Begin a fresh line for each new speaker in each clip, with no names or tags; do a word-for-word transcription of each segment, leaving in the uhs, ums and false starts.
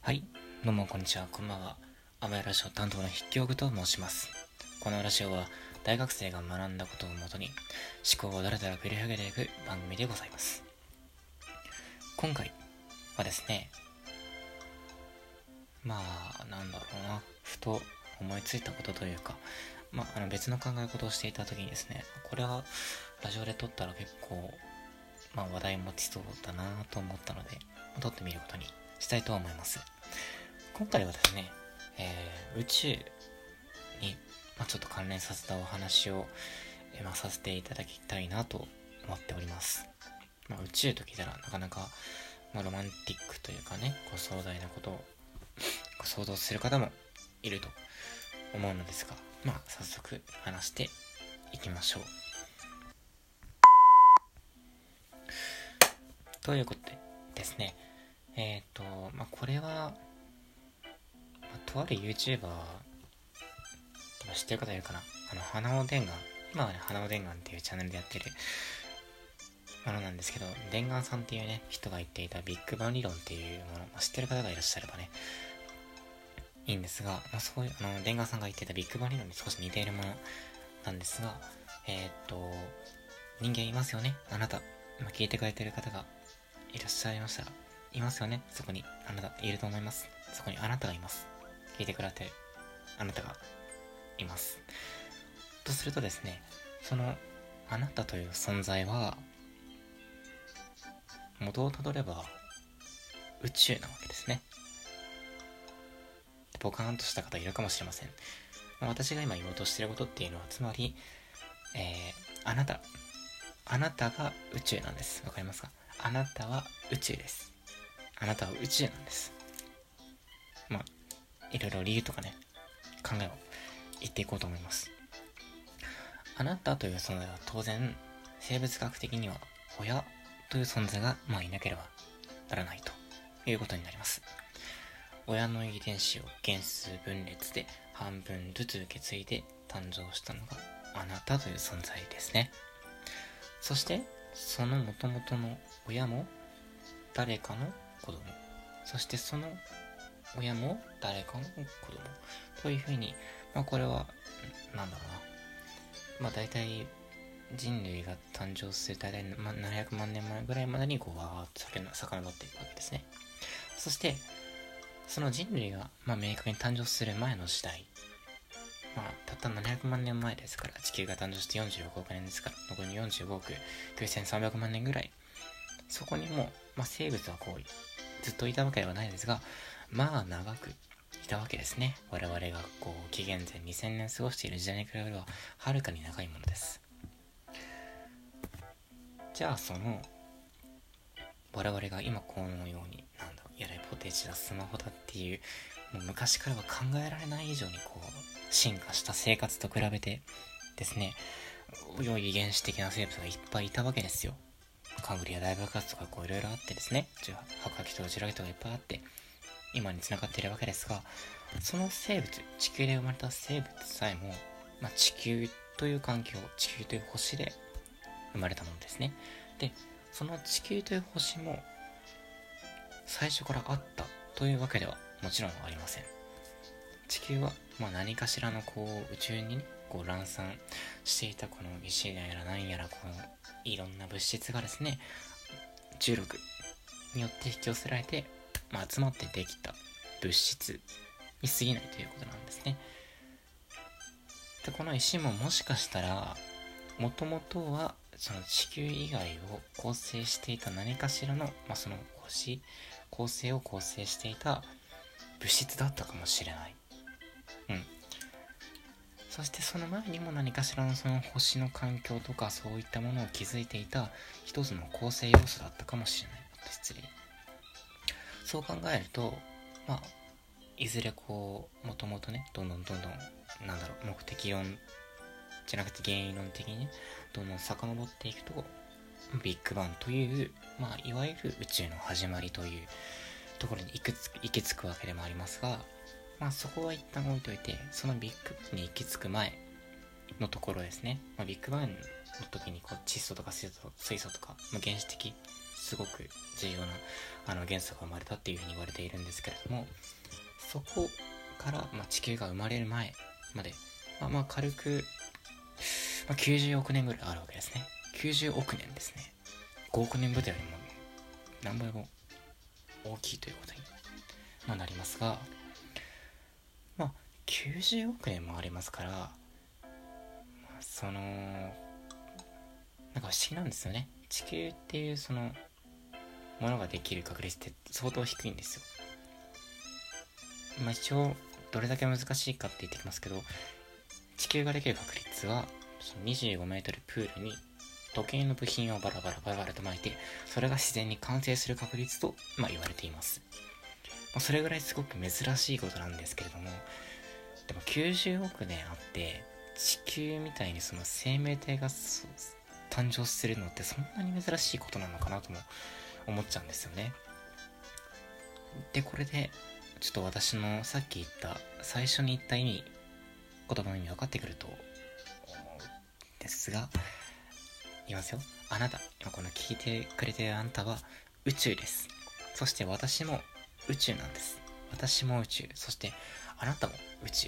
はい、どうもこんにちは、こんばんは。アマヤラジオ担当の筆記具と申します。このラジオは大学生が学んだことをもとに思考をだらだら繰り広げていく番組でございます。今回はですね、まあなんだろうな、ふと思いついたことというか、まあ、あの別の考え事をしていた時にですね、これはラジオで撮ったら結構、まあ、話題持ちそうだなと思ったので、撮ってみることにしたいと思います。今回はですね、えー、宇宙に、まあ、ちょっと関連させたお話を、えーまあ、させていただきたいなと思っております。まあ、宇宙と聞いたらなかなか、まあ、ロマンティックというかね、こう壮大なことを想像する方もいると思うのですが、まあ早速話していきましょう。ということでですね、えっ、ー、とまあこれは、まあ、とある YouTuber、知ってる方いるかな、あの花尾伝願、今はね花尾伝願っていうチャンネルでやってるものなんですけど、伝願さんっていうね人が言っていたビッグバン理論っていうもの、まあ、知ってる方がいらっしゃればねいいんですが、まあ、そういうあの伝願さんが言っていたビッグバン理論に少し似ているものなんですが、えー、っと人間いますよね、あなた、今聞いてくれてる方がいらっしゃいましたら、いますよね、そこにあなたいると思います。そこにあなたがいます。聞いてくれてるあなたがいます。とするとですね、そのあなたという存在は元をたどれば宇宙なわけですね。ポカーンとした方いるかもしれません。私が今言おうとしていることっていうのは、つまり、えー、あなたあなたが宇宙なんです。わかりますか？あなたは宇宙です。あなたは宇宙なんです。まあいろいろ理由とかね、考えを言っていこうと思います。あなたという存在は当然生物学的には親という存在がまあいなければならないということになります。親の遺伝子を原数分裂で半分ずつ受け継いで誕生したのがあなたという存在ですね。そしてその元々の親も誰かの子供、そしてその親も誰かの子供というふうに、まあこれはなんだろうな、まあ大体人類が誕生する大体ななひゃくまんねんまえぐらいまでにこうわーっと遡っていくわけですね。そしてその人類がまあ明確に誕生する前の時代、まあ、たったななひゃくまんねんまえですから、地球が誕生してよんじゅうろくおくねんですから、残りのよんじゅうごおくきゅうせんさんびゃくまんねんぐらい、そこにも、まあ、生物はこうずっといたわけではないですが、まあ長くいたわけですね。我々がこう紀元前にせんねん過ごしている時代に比べればはるかに長いものです。じゃあその我々が今このようになんだろう、やれポテチだスマホだっていう、もう昔からは考えられない以上にこう進化した生活と比べてですね、良い原始的な生物がいっぱいいたわけですよ。カングリや大爆発とかこういろいろあってですね、白亜紀とかジュラ紀とかいっぱいあって今に繋がっているわけですが、その生物、地球で生まれた生物さえも、まあ、地球という環境、地球という星で生まれたものですね。で、その地球という星も最初からあったというわけではもちろんありません。地球はまあ何かしらのこう宇宙に、ね、こう乱散していたこの石やら何やらこのいろんな物質がですね、重力によって引き寄せられて、まあ、集まってできた物質に過ぎないということなんですね。でこの石ももしかしたらもともとはその地球以外を構成していた何かしらの、まあ、その星構成を構成していた物質だったかもしれない。うん。そしてその前にも何かしらのその星の環境とかそういったものを築いていた一つの構成要素だったかもしれない。失礼。そう考えると、まあいずれこうもともとね、どんどんどんどんなんだろう、目的論じゃなくて原因論的にね、どんどん遡っていくとビッグバンという、まあいわゆる宇宙の始まりというところに行き着く、行き着くわけでもありますが、まあそこは一旦置いといて、そのビッグバンに行き着く前のところですね。まあ、ビッグバンの時にこう窒素とか水素、水素とか、まあ、原始的すごく重要なあの元素が生まれたっていうふうに言われているんですけれども、そこから、まあ、地球が生まれる前まで、まあ、まあ軽く、まあ、きゅうじゅうおくねんぐらいあるわけですね。きゅうじゅうおくねんですね。ごおくねんぶたよりも何倍も大きいということに、まあ、なりますが、まあきゅうじゅうおくねんもありますから、まあ、そのなんか不思議なんですよね。地球っていうそのものができる確率って相当低いんですよ。まあ一応どれだけ難しいかって言ってきますけど、地球ができる確率はそのにじゅうごメートルプールに時計の部品をバラバラバラバラと巻いて、それが自然に完成する確率と、まあ、言われています。まあ、それぐらいすごく珍しいことなんですけれども、でもきゅうじゅうおくねんあって地球みたいにその生命体が誕生するのってそんなに珍しいことなのかなとも思っちゃうんですよね。でこれでちょっと私のさっき言った最初に言った意味、言葉の意味分かってくると思うんですが、言いますよ。あなた、今この聞いてくれているあなたは宇宙です。そして私も宇宙なんです。私も宇宙、そしてあなたも宇宙。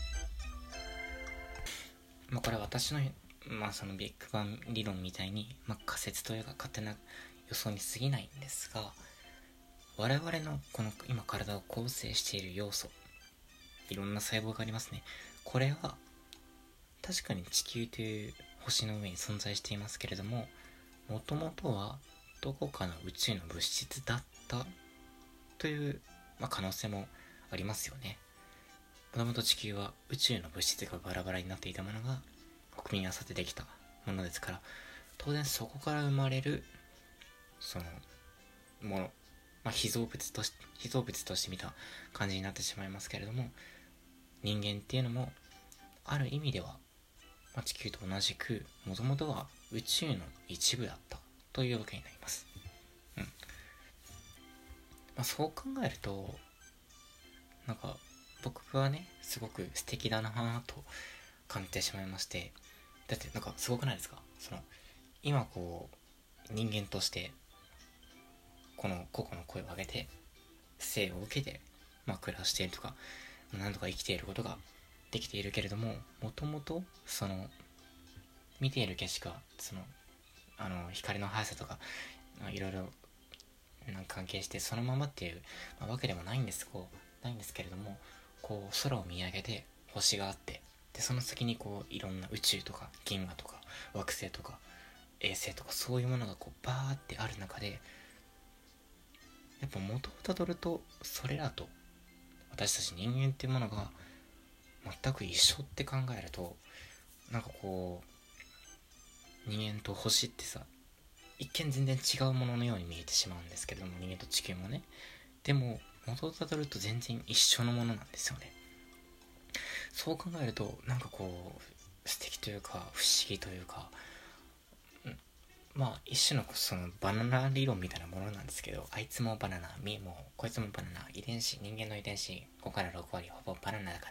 まあ、これは私の、まあ、そのビッグバン理論みたいに、まあ、仮説というか勝手な予想に過ぎないんですが、我々のこの今体を構成している要素、いろんな細胞がありますね。これは確かに地球という星の上に存在していますけれども、もともとはどこかの宇宙の物質だったという、まあ、可能性もありますよね。もともと地球は宇宙の物質がバラバラになっていたものが組み合わさってできたものですから、当然そこから生まれるそのもの、まあ、被造物とし被造物として見た感じになってしまいますけれども、人間っていうのもある意味では、まあ、地球と同じくもともとは宇宙の一部だったというわけになります。うん。まあ、そう考えるとなんか僕はねすごく素敵だなと感じてしまいまして、だってなんかすごくないですか。その今こう人間としてこの個々の声を上げて生を受けて、まあ、暮らしているとか何とか生きていることができているけれども、もともとその見ている景色がそのあの光の速さとかいろいろ関係してそのままっていう、まあ、わけでもないんですこうないんですけれども、こう空を見上げて星があって、でその先にこういろんな宇宙とか銀河とか惑星とか衛星とかそういうものがこうバーってある中で、やっぱ元をたどるとそれらと私たち人間っていうものが全く一緒って考えると、なんかこう人間と星ってさ一見全然違うもののように見えてしまうんですけれども、人間と地球もね、でも元をたどると全然一緒のものなんですよね。そう考えるとなんかこう素敵というか不思議というか、まあ一種のそのバナナ理論みたいなものなんですけど、あいつもバナナ、みもうこいつもバナナ、遺伝子、人間の遺伝子ごからろく割ほぼバナナだから、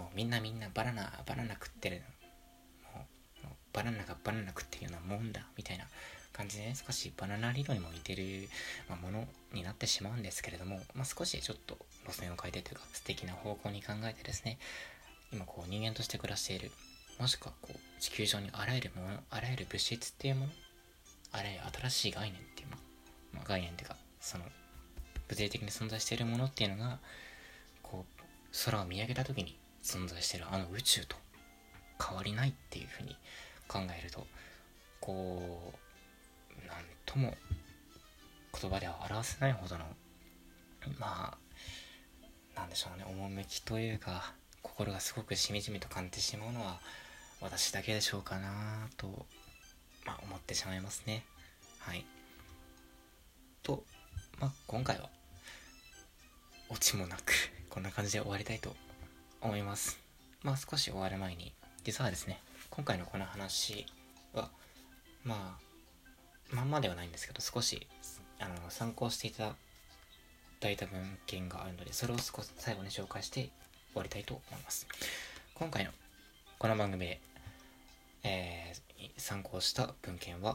もうみんなみんなバナナバナナ食ってる、もうもうバナナがバナナ食ってるようなもんだみたいな感じで、ね、少しバナナ理論にも似てる、まあ、ものになってしまうんですけれども、まあ、少しちょっと路線を変えてというか素敵な方向に考えてですね、今こう人間として暮らしている、もしくはこう地球上にあらゆるもの、あらゆる物質っていうもの、あらゆる新しい概念っていうもの、まあ、概念っていうかその物理的に存在しているものっていうのがこう空を見上げた時に存在しているあの宇宙と変わりないっていうふうに考えると、こうなんとも言葉では表せないほどの、まあなんでしょうね、趣というか心がすごくしみじみと感じてしまうのは私だけでしょうかなと、まあ、思ってしまいますね。はいと、まあ、今回はオチもなくこんな感じで終わりたいと思います。まあ少し終わる前に、実はですね今回のこの話はまあまんまではないんですけど、少しあの参考していただいた文献があるので、それを少し最後に紹介して終わりたいと思います。今回のこの番組で、えー、参考した文献は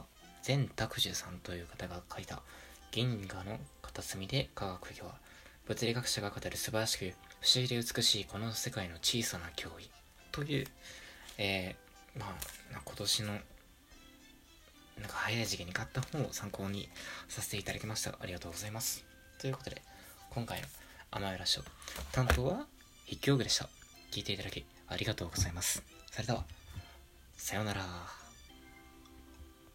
善拓樹さんという方が書いた銀河の片隅で科学業は、物理学者が語る素晴らしく不思議で美しいこの世界の小さな脅威という、えー、まあ今年のなんか早い時期に買った本を参考にさせていただきました。ありがとうございます。ということで今回の甘いラジオ担当は筆記用具でした。聞いていただきありがとうございます。それではさようなら。